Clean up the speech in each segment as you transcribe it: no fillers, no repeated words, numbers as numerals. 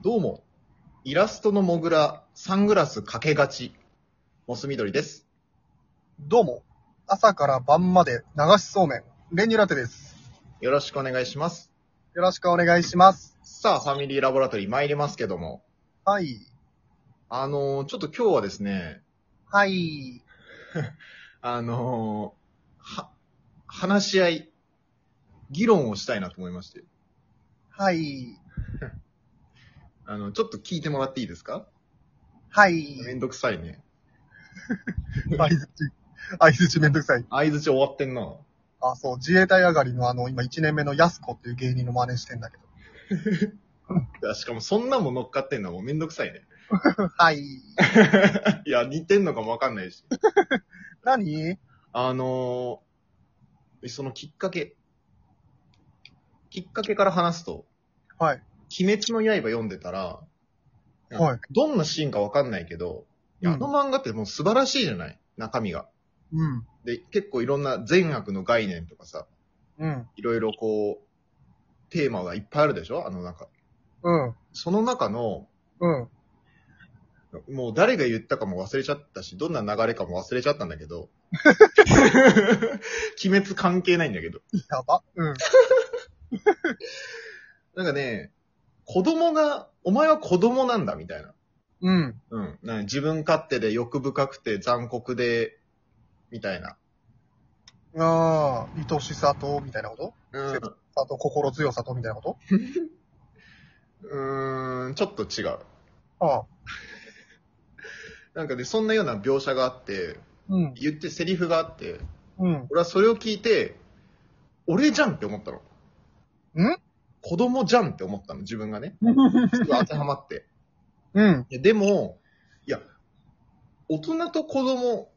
どうも、イラストのモグラ、サングラスかけがち、モス緑です。 どうも。朝から晩まで流しそうめん、練乳ラテです。 よろしくお願いします。 よろしくお願いします。 さあ、ファミリーラボラトリー参りますけども、 はい。 ちょっと今日はですね、 はい。 あの話し合い、議論をしたいなと思いまして、 はい。 ちょっと聞いてもらっていいですか？ はい。 めんどくさいね。 相づちめんどくさい。 相づち終わってんな。 あ、そう、自衛隊上がりの今1年目のヤスコっていう芸人の真似してんだけど。 しかもそんなもん乗っかってんのもうめんどくさいね。 はい。 いや、似てんのかもわかんないし。 何？ そのきっかけから話すと、 はい。 鬼滅の刃読んでたら、 はい。 どんなシーンかわかんないけど、いやうんあの漫画ってもう素晴らしいじゃない、中身が。 うん。 で、結構いろんな善悪の概念とかさ、 うん。 いろいろこう、テーマがいっぱいあるでしょ、あの中。 うん。 その中の、 うん。 もう誰が言ったかも忘れちゃったし、どんな流れかも忘れちゃったんだけど、鬼滅関係ないんだけど。 やば。うん。 なんかね、お前は子供なんだみたいな。 うん。 うん。自分勝手で欲深くて残酷で、みたいな。 ああ、愛しさと、みたいなこと？ うん。 切さと心強さと、みたいなこと？ ちょっと違う。 ああ。 なんかね、そんなような描写があって、 うん。 言ってセリフがあって、 うん。 俺はそれを聞いて、俺じゃんって思ったの。 ん？ 子供じゃんって思ったの、自分がね。すぐ当てはまって。 うん。 いやでも、いや、大人と子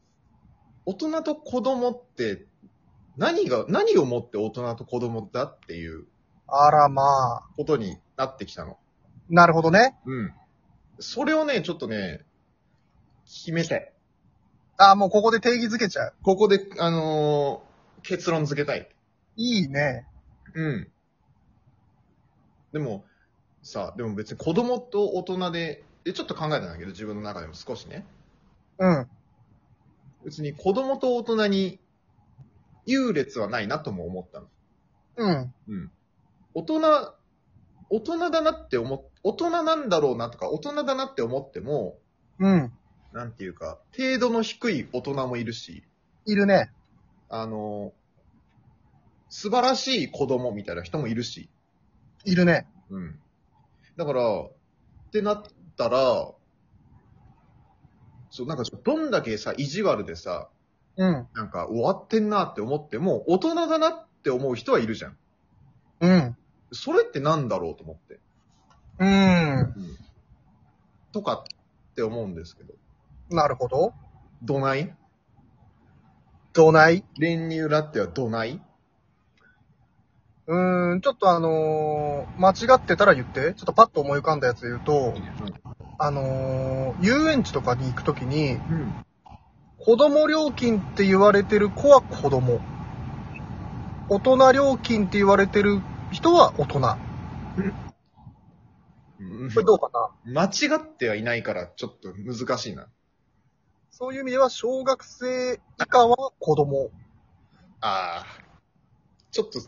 供って何をもって大人と子供だっていうあらまあ。 ことになってきたの。 なるほどね。 うん。それをね、ちょっとね、決めたい。 ああ、もうここで定義づけちゃう。 ここで、結論付けたい。 いいね。 うん。でも別に子供と大人でちょっと考えたんだけど、自分の中でも少しね。 うん。 別に子供と大人に優劣はないなとも思ったの。 うん。 うん。大人だなって大人なんだろうなとか、大人だなって思っても、 うん。 なんていうか、程度の低い大人もいるし、 いるね。 素晴らしい子供みたいな人もいるし、 いるね。 うん。だから、ってなったら、そう、なんかどんだけさ、意地悪でさ、 うん。 なんか終わってんなって思っても、大人だなって思う人はいるじゃん。 うん。 それってなんだろうと思って。 うん。 とかって思うんですけど。 なるほど。 どないどない練乳ラッテはどないちょっと間違ってたら言って。ちょっとパッと思い浮かんだやつで言うと、遊園地とかに行くときに、 うん。 子供料金って言われてる子は子供。大人料金って言われてる人は大人。これどうかな？ 間違ってはいないから、ちょっと難しいな。 そういう意味では、小学生以下は子供。 ああ。ちょっと、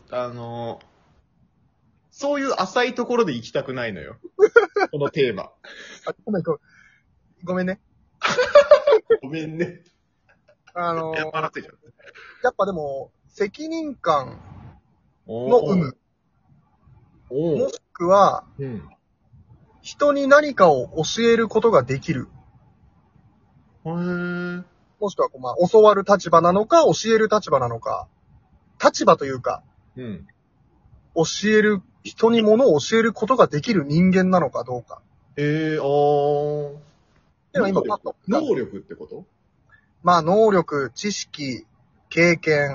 そういう浅いところで行きたくないのよ。このテーマ。 あ、ごめんね。 ごめんね。笑ってんじゃん。 やっぱでも、責任感おの有無、 おもしくは、 うん。 人に何かを教えることができる。 へー。 もしくは、教わる立場なのか、教える立場なのか。立場というか、 うん。 人に物を教えることができる人間なのかどうか。 へえ、あー。 でも今パッと。 能力ってこと？ 能力、知識、経験。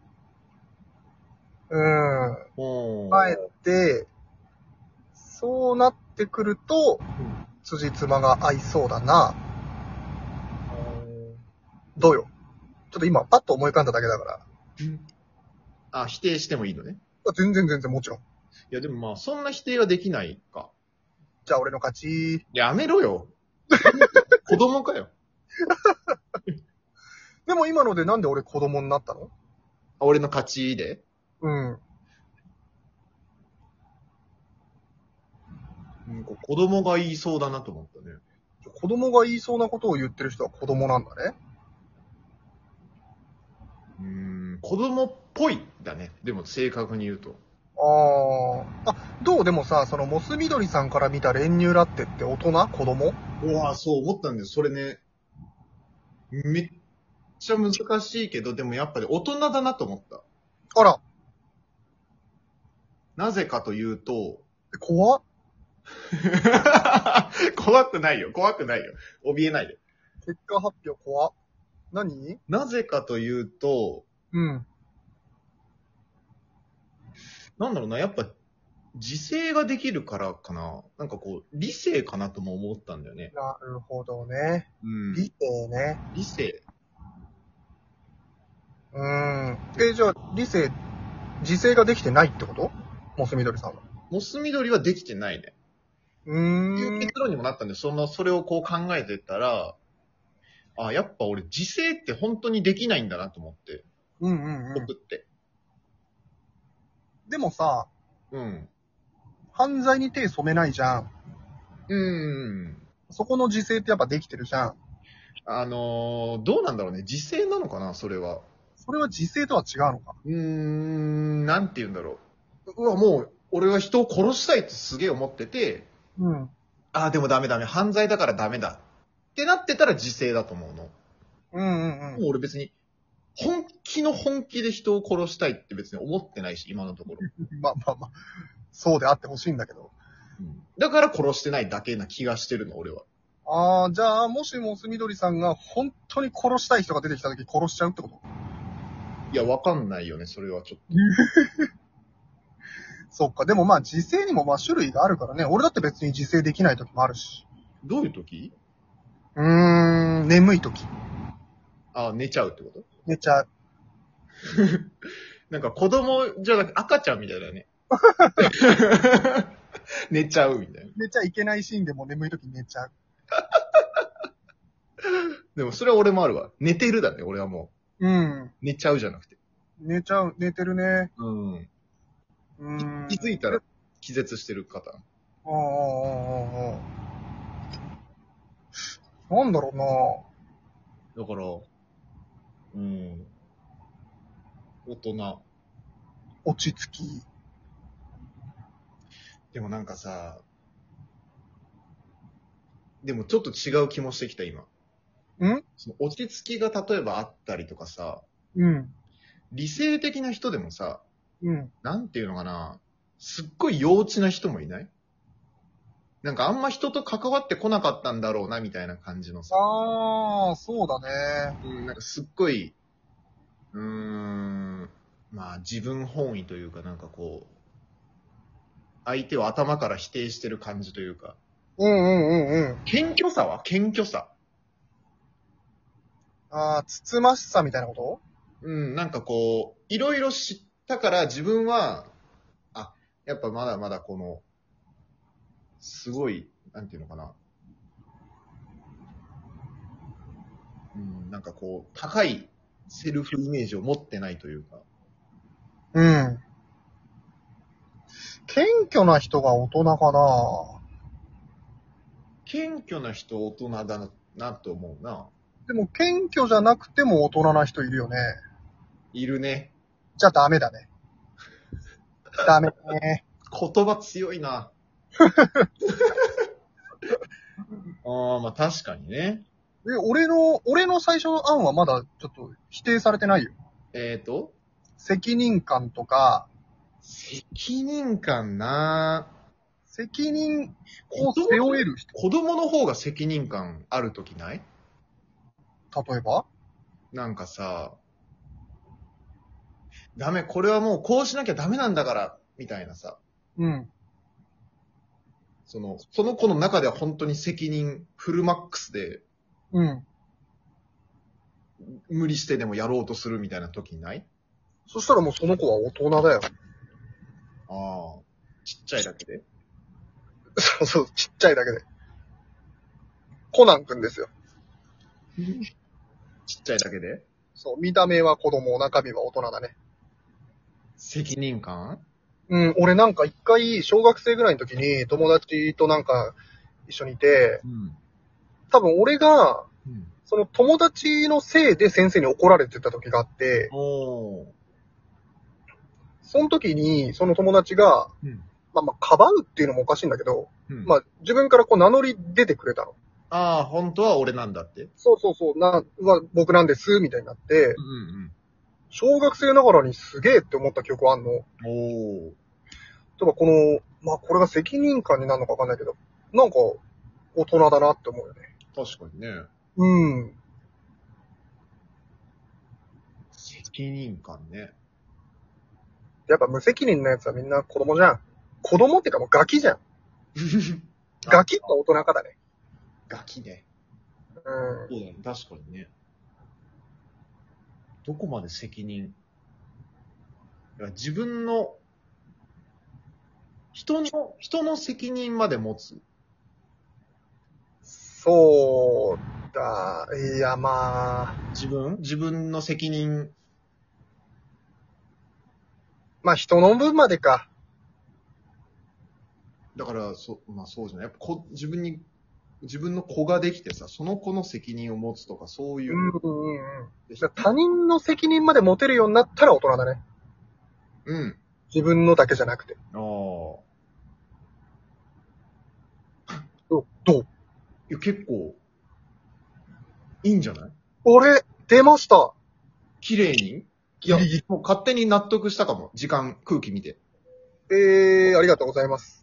あえて、そうなってくると、辻褄が合いそうだな。どうよ。ちょっと今パッと思い浮かんだだけだから。 あ、否定してもいいのね。 全然もちろん。 いや、でもまあ、そんな否定はできないか。 じゃあ俺の勝ち。 やめろよ。子供かよ。 でも今のでなんで俺子供になったの？ 俺の勝ちで。 うん。 子供が言いそうだなと思ったね。 子供が言いそうなことを言ってる人は子供なんだね。 子供っぽいだね。でも正確に言うと。 どうでもさ、そのモス緑さんから見た練乳ラテって大人？子供？ うわぁ、そう思ったんだよ。それね、めっちゃ難しいけど、でもやっぱり大人だなと思った。 あら、 なぜかというと、 怖っ。 怖くないよ。怖くないよ。怯えないで。 結果発表怖っ。何？ なぜかというと、 うん。 なんだろうな、やっぱ、自制ができるからかな。なんかこう、理性かなとも思ったんだよね。 なるほどね。 うん。 理性ね。 理性。 じゃあ、自制ができてないってこと？モス緑さんは。 モス緑はできてないね。っていう結論にもなったんで、それをこう考えてたら、あ、やっぱ俺自制って本当にできないんだなと思って。僕って。 でもさ、 うん。 犯罪に手染めないじゃん。そこの自制ってやっぱできてるじゃん。 どうなんだろうね。自制なのかな、それは。 それは自制とは違うのか。 なんて言うんだろう。うわ、もう、俺は人を殺したいってすげえ思ってて、 うん。 ああ、でもダメダメ。犯罪だからダメだ。ってなってたら自制だと思うの。もう俺別に、本気の本気で人を殺したいって別に思ってないし、今のところ。 まあまあまあ、そうであってほしいんだけど。 だから殺してないだけな気がしてるの、俺は。 じゃあ、もしモス緑さんが本当に殺したい人が出てきた時殺しちゃうってこと？ いや、わかんないよね、それはちょっと。 そっか。でもまあ自制にもまあ種類があるからね。俺だって別に自制できない時もあるし。 どういう時？ 眠い時。 あ、寝ちゃうってこと？ 寝ちゃう。 なんか子供じゃなくて赤ちゃんみたいだね。寝ちゃうみたいな。 寝ちゃいけないシーンでも眠い時寝ちゃう。 でもそれは俺もあるわ。寝てるだね、俺はもうん。 う。寝ちゃうじゃなくて。 寝ちゃう。寝てるね。 気づいたら気絶してる方。 なんだろうな。 だから、大人。 落ち着き。 でもなんかさ、でもちょっと違う気もしてきた、今。その落ち着きが例えばあったりとかさ、理性的な人でもさ、なんていうのかな、すっごい幼稚な人もいない？なんかあんま人と関わってこなかったんだろうな、みたいな感じのさ。 そうだね。 なんかすっごい、まあ自分本位というかなんかこう、相手を頭から否定してる感じというか。謙虚さは謙虚さ。 つつましさみたいなこと？ なんかこう、いろいろ知ったから自分は、やっぱまだまだこの、すごい、なんていうのかな。なんかこう、高いセルフイメージを持ってないというか。 謙虚な人が大人かな。 謙虚な人大人だなと思うな。 でも謙虚じゃなくても大人な人いるよね。 いるね。 じゃあダメだね。ダメね。 言葉強いな。まあ確かにね。 俺の最初の案はまだちょっと否定されてないよ。責任感とか、 責任感な。 責任を背負える人。 子供の方が責任感あるときない？ 例えば？ なんかさ、ダメ、これはもうこうしなきゃダメなんだから、みたいなさ。その子の中では本当に責任フルマックスで、無理してでもやろうとするみたいな時ない？ そしたらもうその子は大人だよ。 ちっちゃいだけで。 そうそう、ちっちゃいだけで。コナンくんですよ。 ちっちゃいだけでそう、見た目は子供、中身は大人だね。 責任感うん、俺なんか一回、小学生ぐらいの時に友達となんか一緒にいて、 うん。 多分俺が、 うん。 その友達のせいで先生に怒られてた時があって、 おー。 その時にその友達が、 うん。 かばうっていうのもおかしいんだけど、 うん。 自分からこう名乗り出てくれたの。 ああ、本当は俺なんだって。 そうそうそう、僕なんです、みたいになって、 うん小学生ながらにすげえって思った記憶はあんの。 うん。おー。 例えばこの、これが責任感になるのかわかんないけど、なんか、大人だなって思うよね。 確かにね。 うん。 責任感ね。 やっぱ無責任なやつはみんな子供じゃん。子供ってかもうガキじゃん。ガキか大人かだね。 ガキね。 うん。 そうだね。確かにね。どこまで責任。いや自分の、人の責任まで持つ。 そうだ。いや、 自分の責任。 人の分までか。 だから、そうじゃない。やっぱ自分の子ができてさ、その子の責任を持つとか、そういう。 他人の責任まで持てるようになったら大人だね。 うん。 自分のだけじゃなくて。 ああ。 どういや、結構、いいんじゃない俺、出ました。 綺麗にいや、もう勝手に納得したかも。空気見て。 ありがとうございます。